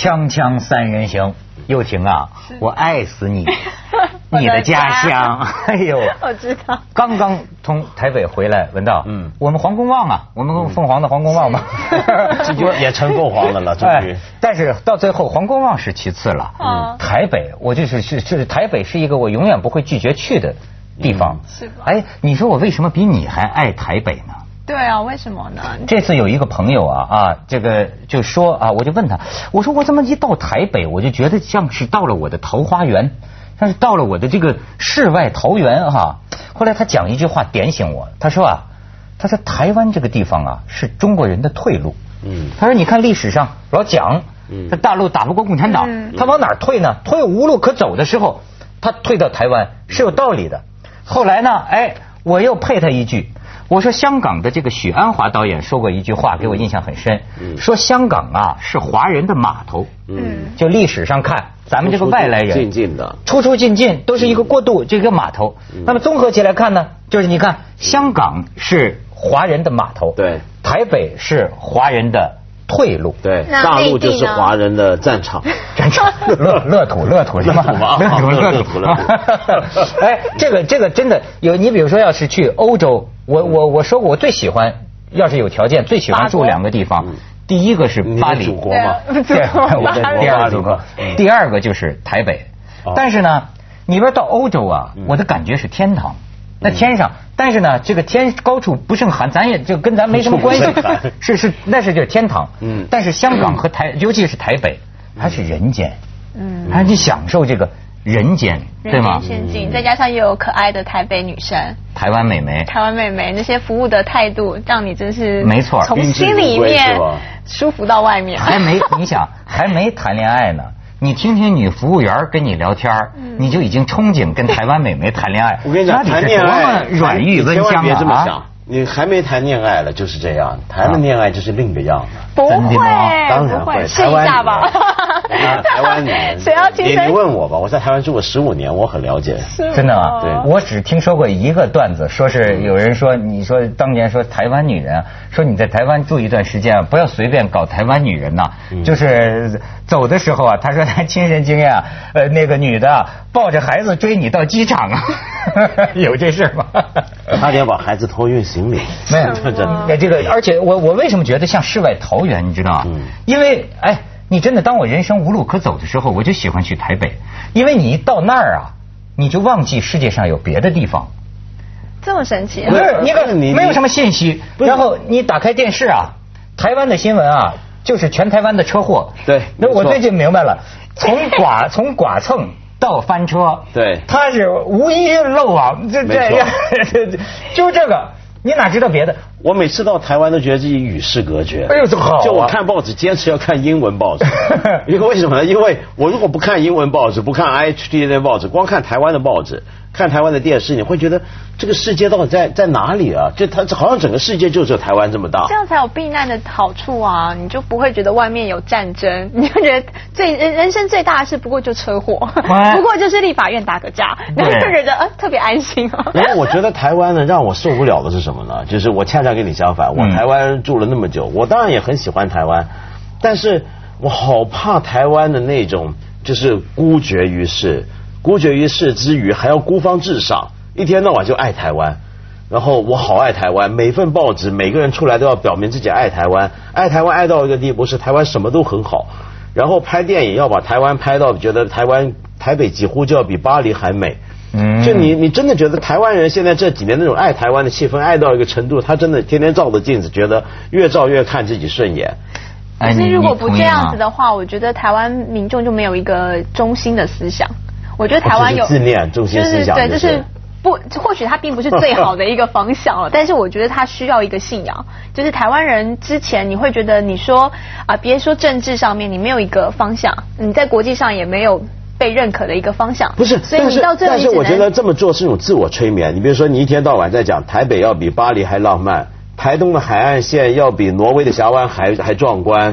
锵锵三人行，又婷啊，我爱死你，你的家乡，哎呦， 我知道， 刚刚从台北回来，文道，我们黄公望啊，我们凤凰的黄公望嘛， 也成凤凰的了，终于。 但是到最后，黄公望是其次了，台北，我就是台北是一个我永远不会拒绝去的地方， 是吧？ 哎，你说我为什么比你还爱台北呢？ 对啊，为什么呢？ 这次有一个朋友这个就说啊，我就问他，我说我怎么一到台北，我就觉得像是到了我的桃花源，像是到了我的这个世外桃源哈。后来他讲一句话点醒我，他说台湾这个地方啊是中国人的退路。他说你看历史上老蒋，这大陆打不过共产党，他往哪儿退呢？退无路可走的时候，他退到台湾是有道理的。后来呢，我又配他一句。我说香港的这个许鞍华导演说过一句话，给我印象很深，说香港啊是华人的码头，就历史上看，咱们这个外来人出出进进都是一个过渡，这个码头。那么综合起来看呢，就是你看香港是华人的码头， 对， 台北是华人的退路， 对，大陆就是华人的战场， 乐土是吗？乐土。哎，这个真的有，你比如说要是去欧洲，我说过我最喜欢，要是有条件最喜欢住两个地方，第一个是巴黎， 祖国嘛， 第二个祖国，第二个就是台北。但是呢，你说到欧洲啊，我的感觉是天堂。那天上，但是呢，这个天高处不胜寒，咱也就跟咱没什么关系，那是就是天堂。但是香港和尤其是台北，还是人间，还是你享受这个人间，对吗？ 人间仙境，再加上又有可爱的台北女生， 台湾美眉那些服务的态度，让你真是没错， 从心里面舒服到外面。 你想还没谈恋爱呢。你听听女服务员跟你聊天，你就已经憧憬跟台湾美眉谈恋爱。 我跟你讲，谈恋爱软玉温香别这么想，你还没谈恋爱了就是这样，谈了恋爱就是另一个样的。 不会， 当然会。 试一下吧。 台湾女人， 谁要亲身？ 你问我吧，我在台湾住过15年，我很了解。 真的吗？ 对， 我只听说过一个段子，说是有人说，你说当年说台湾女人，说你在台湾住一段时间不要随便搞台湾女人呐，就是走的时候他说他亲身经验那个女的抱着孩子追你到机场有这事吗？ 差点把孩子偷运行李。 没有，真的。这个，而且我为什么觉得像世外桃源，你知道吗？因为你真的当我人生无路可走的时候，我就喜欢去台北，因为你一到那儿你就忘记世界上有别的地方。 这么神奇？ 不是，你没有什么信息，然后你打开电视台湾的新闻就是全台湾的车祸。 对， 那我最近明白了，从剐蹭到翻车， 对， 它是无一漏网，就这个。你哪知道别的？ 我每次到台湾都觉得自己与世隔绝。 哎呦，这好！ 就我看报纸，坚持要看英文报纸。因为为什么呢？因为我如果不看英文报纸，不看 IHT 的报纸，光看台湾的报纸，看台湾的电视，你会觉得这个世界到底在哪里啊？就它好像整个世界就只有台湾这么大。 这样才有避难的好处啊！你就不会觉得外面有战争，你就觉得人生最大的事不过就车祸，不过就是立法院打个架，然后就觉得特别安心然后我觉得台湾呢，让我受不了的是什么呢？就是我恰恰跟你相反，我台湾住了那么久，我当然也很喜欢台湾，但是我好怕台湾的那种就是孤绝于世之余还要孤芳自赏，一天到晚就爱台湾。然后我好爱台湾，每份报纸每个人出来都要表明自己爱台湾爱到一个地步，是台湾什么都很好。然后拍电影要把台湾拍到觉得台北几乎就要比巴黎还美。就你真的觉得台湾人现在这几年那种爱台湾的气氛爱到一个程度，他真的天天照着镜子，觉得越照越看自己顺眼。 可是如果不这样子的话，我觉得台湾民众就没有一个中心的思想。我觉得台湾有自恋中心思想， 就是或许它并不是最好的一个方向了，但是我觉得它需要一个信仰。就是台湾人之前你会觉得你说别说政治上面你没有一个方向，你在国际上也没有被认可的一个方向。 不是， 所以你到最后但是我觉得这么做是一种自我催眠。你比如说你一天到晚在讲台北要比巴黎还浪漫，台东的海岸线要比挪威的峡湾还壮观，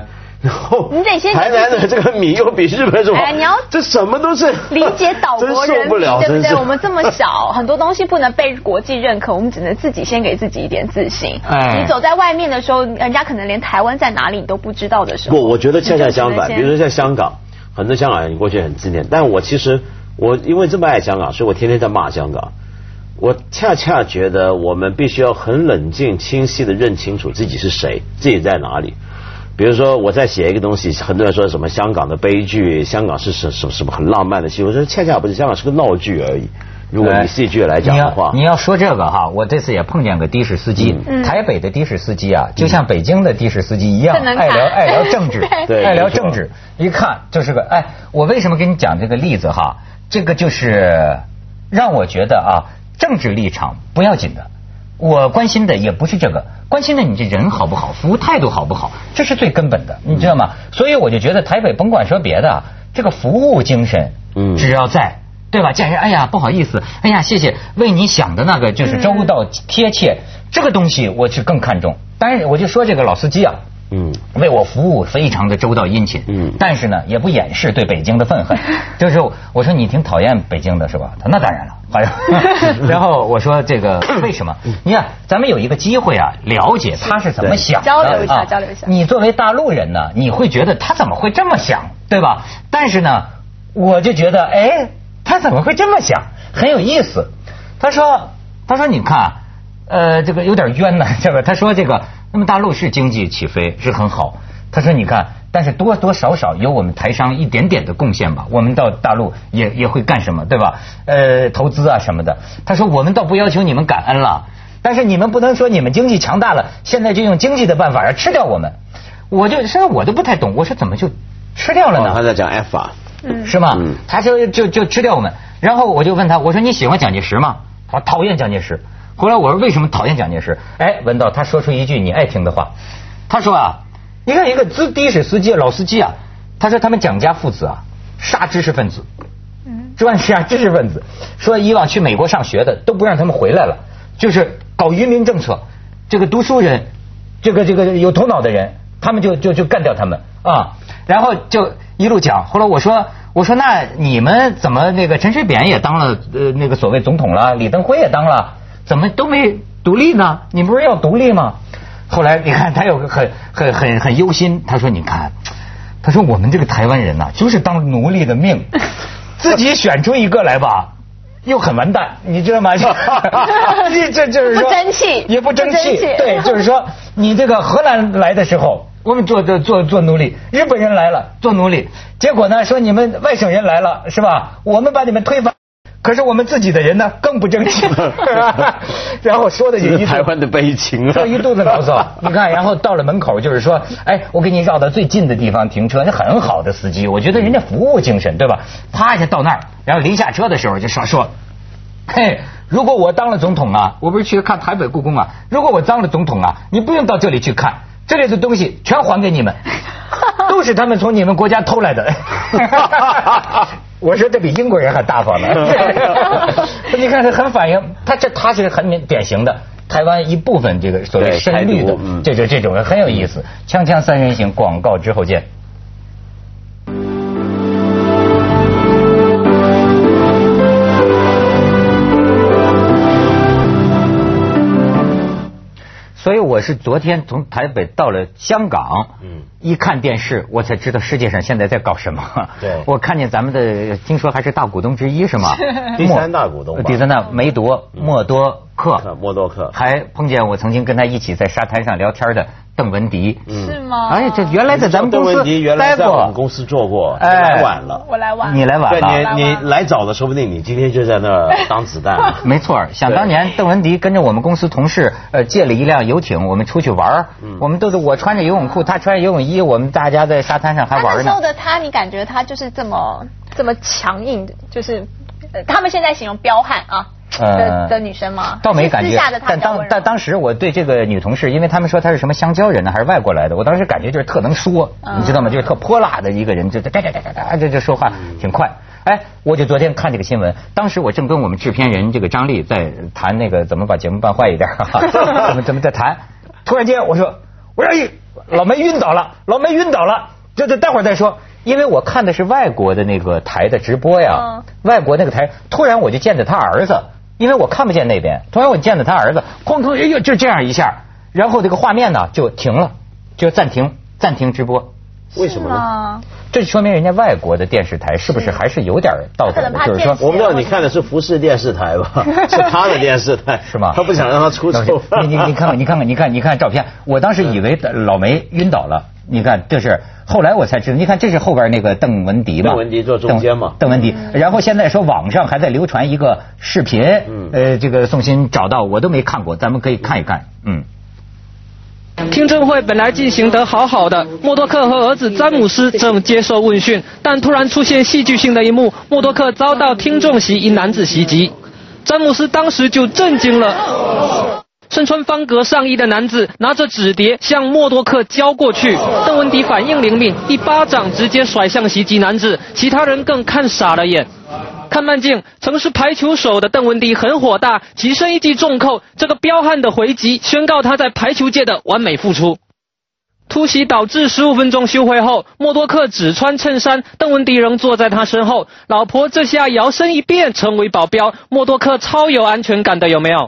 然后你得先台南的这个米又比日本什么？ 哎，你要这什么都是理解岛国人民，对不对？我们这么小，很多东西不能被国际认可，我们只能自己先给自己一点自信。你走在外面的时候，人家可能连台湾在哪里你都不知道的时候。 不，我觉得恰恰相反。比如说在香港，很多香港人过去很自恋，但我其实因为这么爱香港，所以我天天在骂香港。我恰恰觉得我们必须要很冷静、清晰的认清楚自己是谁，自己在哪里。比如说我在写一个东西，很多人说什么香港的悲剧，香港是什么很浪漫的戏，我说恰恰不是，香港是个闹剧而已。如果以戏剧来讲的话， 你要说这个哈，我这次也碰见个的士司机，台北的的士司机啊，就像北京的的士司机一样，爱聊政治， 对， 爱聊政治，一看就是个我为什么跟你讲这个例子哈？这个就是让我觉得啊，政治立场不要紧的。我关心的也不是这个，关心的你这人好不好，服务态度好不好，这是最根本的，你知道吗？所以我就觉得台北甭管说别的，这个服务精神，只要在，对吧？见人哎呀不好意思，哎呀谢谢，为你想的那个就是周到贴切，这个东西我是更看重。当然我就说这个老司机啊。为我服务非常的周到殷勤，但是呢也不掩饰对北京的愤恨。就是我说你挺讨厌北京的是吧？他那当然了，好像。然后我说这个为什么？你看咱们有一个机会啊，了解他是怎么想的， 交流一下，交流一下。 你作为大陆人呢，你会觉得他怎么会这么想，对吧？但是呢，我就觉得他怎么会这么想，很有意思。他说你看，这个有点冤呢，这个他说这个。那么大陆是经济起飞是很好，他说你看，但是多多少少有我们台商一点点的贡献吧，我们到大陆也会干什么，对吧？投资啊什么的。他说我们倒不要求你们感恩了，但是你们不能说你们经济强大了，现在就用经济的办法吃掉我们。我都不太懂，我说怎么就吃掉了呢？ 他在讲 F 啊， 是吗？他说就吃掉我们。然后我就问他，我说你喜欢蒋介石吗？他说讨厌蒋介石。后来我说为什么讨厌蒋介石？文道他说出一句你爱听的话，他说啊，你看一个的士司机老司机啊，他说他们蒋家父子啊杀知识分子，专杀知识分子，说以往去美国上学的都不让他们回来了，就是搞愚民政策，这个读书人，这个有头脑的人，他们就干掉他们啊，然后就一路讲。后来我说那你们怎么那个陈水扁也当了那个所谓总统了，李登辉也当了。怎么都没独立呢？你不是要独立吗？后来你看他有个很忧心，他说你看，他说我们这个台湾人呐，就是当奴隶的命，自己选出一个来吧，又很完蛋，你知道吗？这就是说不争气， 也不争气，对，就是说你这个荷兰来的时候，我们做奴隶，日本人来了做奴隶，结果呢说你们外省人来了是吧？我们把你们推翻。可是我们自己的人呢，更不争气。然后说的就台湾的悲情啊， 说一肚子牢骚。你看，然后到了门口就是说，我给你绕到最近的地方停车，那很好的司机，我觉得人家服务精神，对吧？啪一下到那儿，然后临下车的时候就说，如果我当了总统啊，我不是去看台北故宫啊，如果我当了总统啊，你不用到这里去看，这里的东西全还给你们，都是他们从你们国家偷来的。我说这比英国人还大方呢。你看，很反映他是很典型的台湾一部分这个所谓深绿的，这种人很有意思。锵锵三人行，广告之后见。所以我是昨天从台北到了香港，一看电视我才知道世界上现在在搞什么。 对， 我看见咱们的听说还是大股东之一是吗？ 第三大股东吧， 第三大梅多默多克，还碰见我曾经跟他一起在沙滩上聊天的邓文迪。 是吗？ 哎，这原来在咱们公司待过， 我们公司做过，来晚了。 我来晚， 你来晚了。 你来早的，说不定你今天就在那儿当子弹。 没错，想当年邓文迪跟着我们公司同事借了一辆游艇，我们出去玩，我们都是我穿着游泳裤，他穿着游泳衣，我们大家在沙滩上还玩呢。 那时候的他，你感觉他就是这么强硬的，就是他们现在形容彪悍啊。的女生吗？ 倒没感觉，但当时我对这个女同事，因为他们说她是什么香蕉人呢，还是外国来的，我当时感觉就是特能说，你知道吗？就是特泼辣的一个人，这说话挺快。我就昨天看这个新闻，当时我正跟我们制片人这个张丽在谈那个怎么把节目办坏一点，怎么在谈，突然间我说老梅晕倒了， 待会儿再说。因为我看的是外国的那个台的直播呀，外国那个台，突然我就见着他儿子，因为我看不见那边，突然我见着他儿子，哐，哎呦，就这样一下，然后这个画面呢就停了，就暂停直播。 为什么呢？ 这说明人家外国的电视台是不是还是有点道德的？就是说， 我不知道你看的是福士电视台吧？是他的电视台是吗？ 他不想让他出丑。 你看照片，我当时以为老梅晕倒了。你看，这是后来我才知道，你看这是后边那个邓文迪嘛？ 邓文迪坐中间嘛？ 邓文迪。然后现在说网上还在流传一个视频，这个宋鑫找到，我都没看过，咱们可以看一看。 听证会本来进行得好好的，默多克和儿子詹姆斯正接受问讯，但突然出现戏剧性的一幕，默多克遭到听众席一男子袭击，詹姆斯当时就震惊了。身穿方格上衣的男子拿着纸碟向默多克交过去，邓文迪反应灵敏，一巴掌直接甩向袭击男子，其他人更看傻了眼。看慢镜，曾是排球手的邓文迪很火大，起身一记重扣，这个彪悍的回击宣告他在排球界的完美复出。突袭导致15分钟休会后，默多克只穿衬衫，邓文迪仍坐在他身后，老婆这下摇身一变成为保镖，默多克超有安全感的，有没有？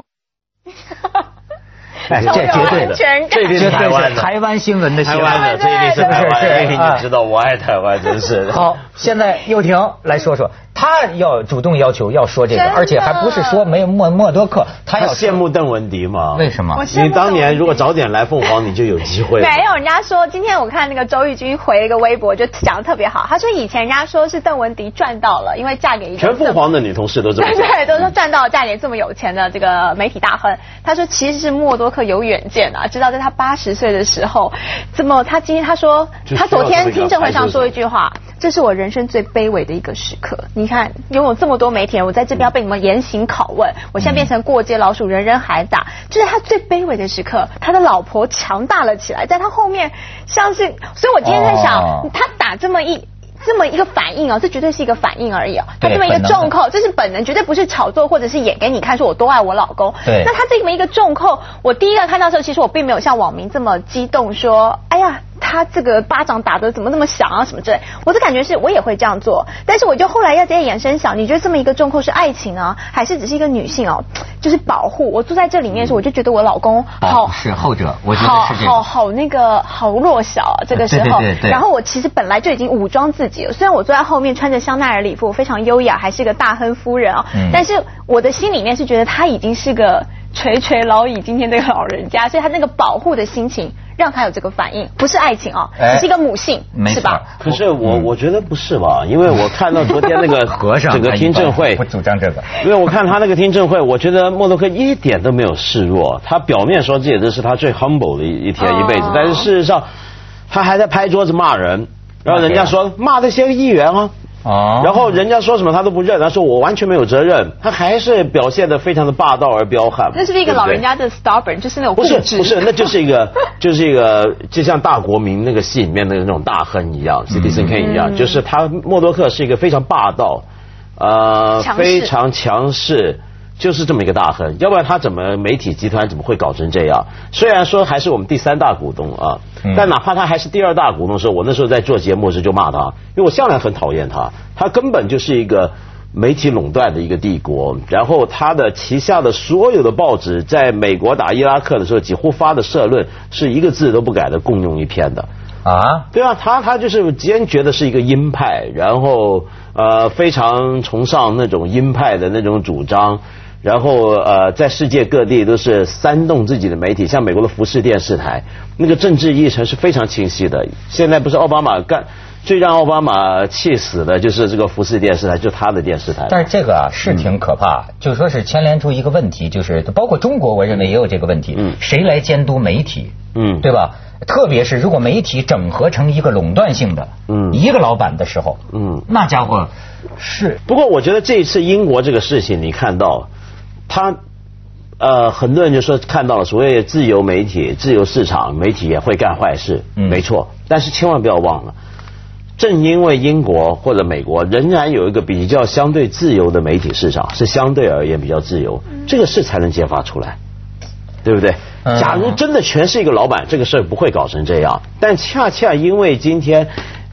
这绝对的， 这一定是台湾新闻的新闻， 这一定是台湾，这一定你知道，我爱台湾，真是。 好，现在佑婷来说说，他要主动要求要说这个，而且还不是说没有默多克，他要羡慕邓文迪吗？ 为什么？ 你当年如果早点来凤凰，你就有机会。 没有，人家说今天我看那个周玉君回了一个微博，就讲得特别好。他说以前人家说是邓文迪赚到了，因为嫁给一个全凤凰的女同事都这么说，对，都说赚到了，嫁给这么有钱的这个媒体大亨。他说其实是默多克有远见啊，知道在他80岁的时候，他说他昨天听证会上说一句话，这是我人生最卑微的一个时刻。你看拥有这么多媒体人，我在这边要被你们严刑拷问，我现在变成过街老鼠，人人喊打，就是他最卑微的时刻。他的老婆强大了起来，在他后面像是，所以我今天在想，他打这么一个反应哦，这绝对是一个反应而已哦。他这么一个重扣，这是本能，绝对不是炒作或者是演给你看，说我多爱我老公。 对。 那他这么一个重扣，我第一个看到的时候，其实我并没有像网民这么激动，说，哎呀，他这个巴掌打得怎么那么响啊什么之类。我的感觉是我也会这样做，但是我就后来要在延伸想，你觉得这么一个重扣是爱情啊，还是只是一个女性哦，就是保护？我坐在这里面的时候，我就觉得我老公好是后者，我觉得是这个好弱小啊，这个时候。 对。 然后我其实本来就已经武装自己了，虽然我坐在后面穿着香奈儿礼服，我非常优雅，还是个大亨夫人啊，但是我的心里面是觉得他已经是个垂垂老矣，今天这个老人家，所以他那个保护的心情让他有这个反应，不是爱情啊，只是一个母性，是吧？ 可是我觉得不是吧，因为我看到昨天那个和尚整个听证会， 不主张这个， 因为我看他那个听证会，我觉得默多克一点都没有示弱，他表面说这也就是他最 humble 的一天一辈子，但是事实上他还在拍桌子骂人，然后人家说骂这些议员啊。然后人家说什么他都不认，他说我完全没有责任，他还是表现得非常的霸道而彪悍。 那是一个老人家的 stubborn， 就是那种固执。 不是，那就是一个就像大国民那个戏里面的那种大亨一样，Citizen Kane 一样，就是他默多克是一个非常霸道，非常强势。就是这么一个大亨，要不然他媒体集团怎么会搞成这样？虽然说还是我们第3大股东啊，但哪怕他还是第2大股东的时候，我那时候在做节目时就骂他，因为我向来很讨厌他，他根本就是一个媒体垄断的一个帝国，然后他的旗下的所有的报纸在美国打伊拉克的时候几乎发的社论是一个字都不改的共用一篇的。对啊，他就是坚决的是一个鹰派，然后非常崇尚那种鹰派的那种主张，然后在世界各地都是煽动自己的媒体，像美国的福士电视台，那个政治议程是非常清晰的。现在不是奥巴马最让奥巴马气死的就是这个福士电视台，就他的电视台。 但是这个是挺可怕，就是说是牵连出一个问题，就是包括中国，我认为也有这个问题，谁来监督媒体？对吧？特别是如果媒体整合成一个垄断性的，一个老板的时候，那家伙是。 不过我觉得这一次英国这个事情，你看到他很多人就说看到了所谓自由媒体、自由市场，媒体也会干坏事，没错。但是千万不要忘了，正因为英国或者美国仍然有一个比较相对自由的媒体市场，是相对而言比较自由，这个事才能揭发出来，对不对？假如真的全是一个老板，这个事儿不会搞成这样。但恰恰因为今天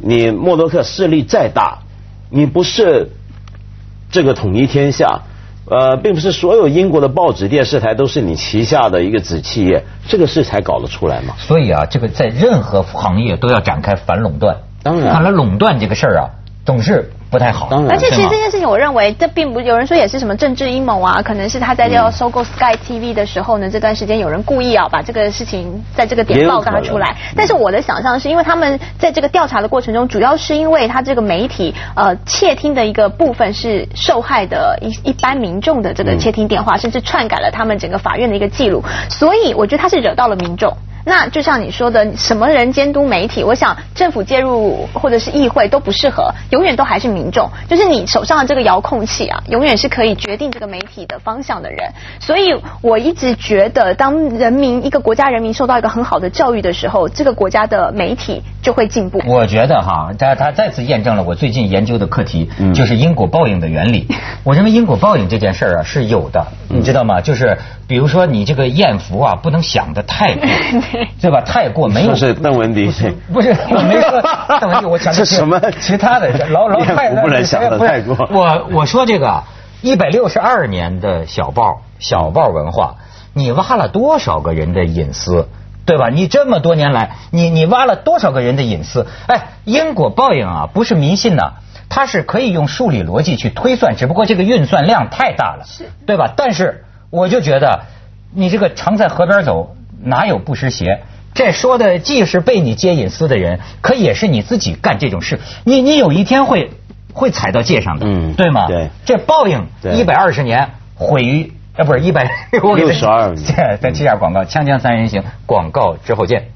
你默多克势力再大，你不是这个统一天下。并不是所有英国的报纸、电视台都是你旗下的一个子企业，这个事才搞得出来嘛。 所以啊，这个在任何行业都要展开反垄断。 当然， 看来垄断这个事儿啊，总是不太好。 当然， 而且其实这件事情，我认为这并不有人说也是什么政治阴谋啊，可能是他在要收购 Sky TV 的时候呢，这段时间有人故意把这个事情在这个点报告出来。但是我的想象是因为他们在这个调查的过程中，主要是因为他这个媒体窃听的一个部分是受害的一般民众的这个窃听电话，甚至篡改了他们整个法院的一个记录，所以我觉得他是惹到了民众。那就像你说的，什么人监督媒体？我想政府介入或者是议会都不适合，永远都还是民众。就是你手上的这个遥控器啊，永远是可以决定这个媒体的方向的人。所以我一直觉得，当一个国家人民受到一个很好的教育的时候，这个国家的媒体就会进步。 我觉得哈，他再次验证了我最近研究的课题，就是因果报应的原理。我认为因果报应这件事儿啊是有的，你知道吗？就是比如说你这个艳福啊，不能想得太过。对吧？太过没有。 是邓文迪， 不是我没说邓文迪，我讲的是什么其他的老太不能想的太过。 我说这个162年的小报文化，你挖了多少个人的隐私？对吧？你这么多年来，你挖了多少个人的隐私？哎，因果报应啊，不是迷信呐，它是可以用数理逻辑去推算，只不过这个运算量太大了，对吧？但是我就觉得，你这个常在河边走，哪有不湿鞋？这说的既是被你揭隐私的人，可也是你自己干这种事。你有一天会踩到界上的，对吗？ 对， 这报应120年毁于不是 162年。 咱接下广告，锵锵三人行，广告之后见。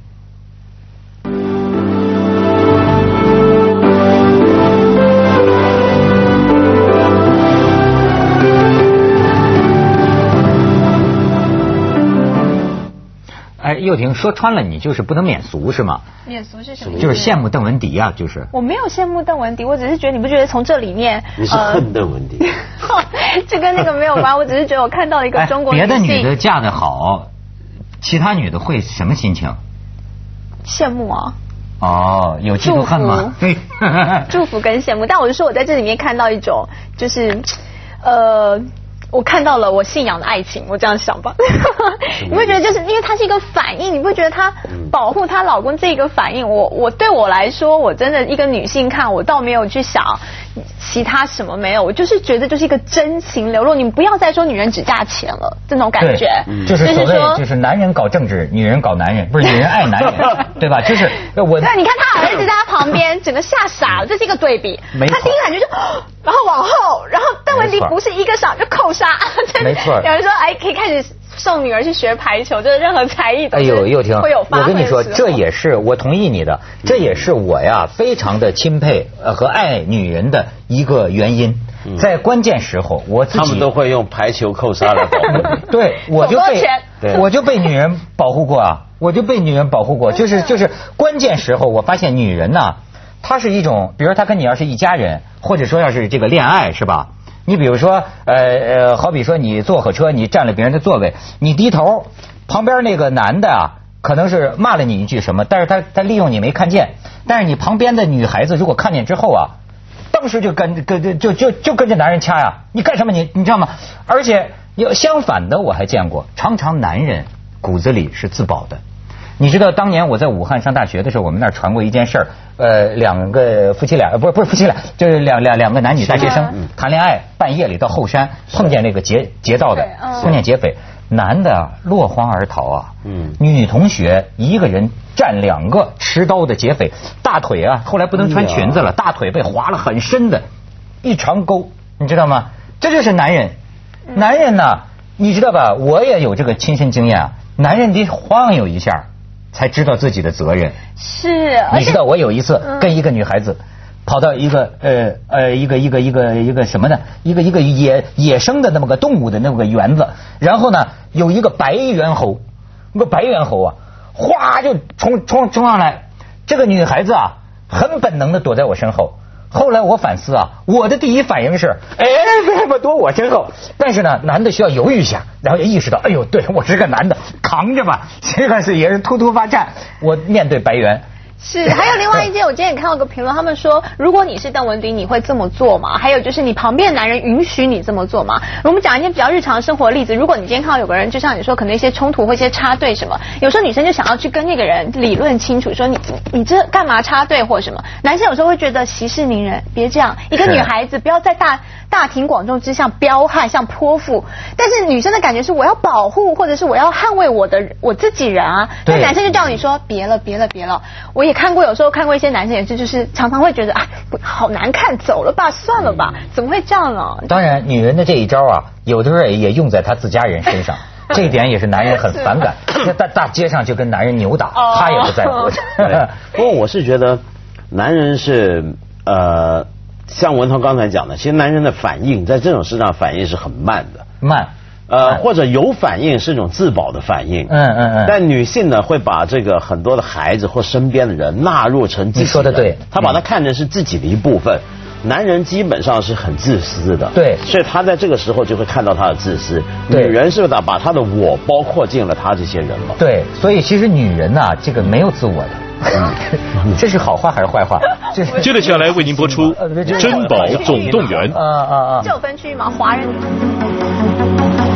哎，又婷说穿了，你就是不能免俗是吗？ 免俗是什么？ 就是羡慕邓文迪啊，就是。 我没有羡慕邓文迪，我只是觉得你不觉得从这里面你是恨邓文迪？ 这跟那个没有关，我只是觉得我看到了一个中国女性。 别的女的嫁得好，其他女的会什么心情？ 羡慕啊。 哦，有嫉妒恨吗？对， 祝福跟羡慕，但我是说我在这里面看到一种就是我看到了我信仰的爱情，我这样想吧。你会觉得就是因为它是一个反应，你不会觉得她保护她老公这个反应，我对我来说，我真的一个女性看，我倒没有去想其他什么没有，我就是觉得就是一个真情流露。你们不要再说女人只嫁钱了这种感觉， 就是所谓就是男人搞政治，女人搞男人，不是女人爱男人，对吧？就是我。 对，你看他儿子在他旁边，整个吓傻了，这是一个对比。他第一感觉就，然后往后，然后邓文迪不是一个赏就扣杀， 没错。 有人说哎，可以开始送女儿去学排球，就是任何才艺都是会有发挥。 我跟你说，这也是我同意你的，这也是我呀非常的钦佩和爱女人的一个原因。在关键时候，我自己他们都会用排球扣杀来保护。 对，我就被女人保护过啊，我就被女人保护过，就是关键时候，我发现女人呐，她是一种，比如她跟你要是一家人，或者说要是这个恋爱，是吧？你比如说，好比说你坐火车，你占了别人的座位，你低头，旁边那个男的啊，可能是骂了你一句什么，但是他利用你没看见，但是你旁边的女孩子如果看见之后啊，当时就跟着男人掐呀，你干什么你知道吗？而且相反的我还见过，常常男人骨子里是自保的。你知道当年我在武汉上大学的时候，我们那儿传过一件事儿，两个夫妻俩，不是夫妻俩，就是两个男女大学生谈恋爱，半夜里到后山碰见那个劫道的，碰见劫匪，男的落荒而逃啊，女同学一个人占2个持刀的劫匪，大腿啊后来不能穿裙子了，大腿被划了很深的一长沟，你知道吗？这就是男人，男人呢，你知道吧？我也有这个亲身经验啊，男人得晃悠一下才知道自己的责任。 是， 你知道我有一次跟一个女孩子跑到一个什么呢？一个野生的那么个动物的那么个园子，然后呢有一个白猿猴，那个白猿猴啊，哗就冲上来，这个女孩子啊很本能的躲在我身后。后来我反思啊，我的第一反应是，为什么躲我身后？但是呢，男的需要犹豫一下，然后也意识到，哎呦，对我是个男的，扛着吧，这个是也是突发战。我面对白猿， 是，还有另外一件，我今天也看到个评论，他们说，如果你是邓文迪，你会这么做吗？还有就是你旁边的男人允许你这么做吗？我们讲一件比较日常生活的例子，如果你今天看到有个人，就像你说，可能一些冲突或一些插队什么，有时候女生就想要去跟那个人理论清楚，说你这干嘛插队或什么？男生有时候会觉得息事宁人，别这样，一个女孩子不要在大庭广众之下彪悍像泼妇，但是女生的感觉是我要保护或者是我要捍卫我自己人啊，但男生就叫你说别了。我也看过，有时候看过一些男生也是，就是常常会觉得啊，好难看，走了吧，算了吧，怎么会这样呢？ 当然，女人的这一招啊，有的时候也用在她自家人身上，这一点也是男人很反感。在大街上就跟男人扭打，他也不在乎。 不过我是觉得，男人是像文涛刚才讲的，其实男人的反应在这种事上反应是很慢的，或者有反应是一种自保的反应。但女性呢，会把这个很多的孩子或身边的人纳入成自己的。你说的对， 她把它看成是自己的一部分。男人基本上是很自私的， 对， 所以他在这个时候就会看到他的自私。女人是把他的我包括进了他这些人嘛。 对，所以其实女人呐，这个没有自我的。这是好话还是坏话？ 接着下来为您播出《珍宝总动员》。 这有分区吗？华人。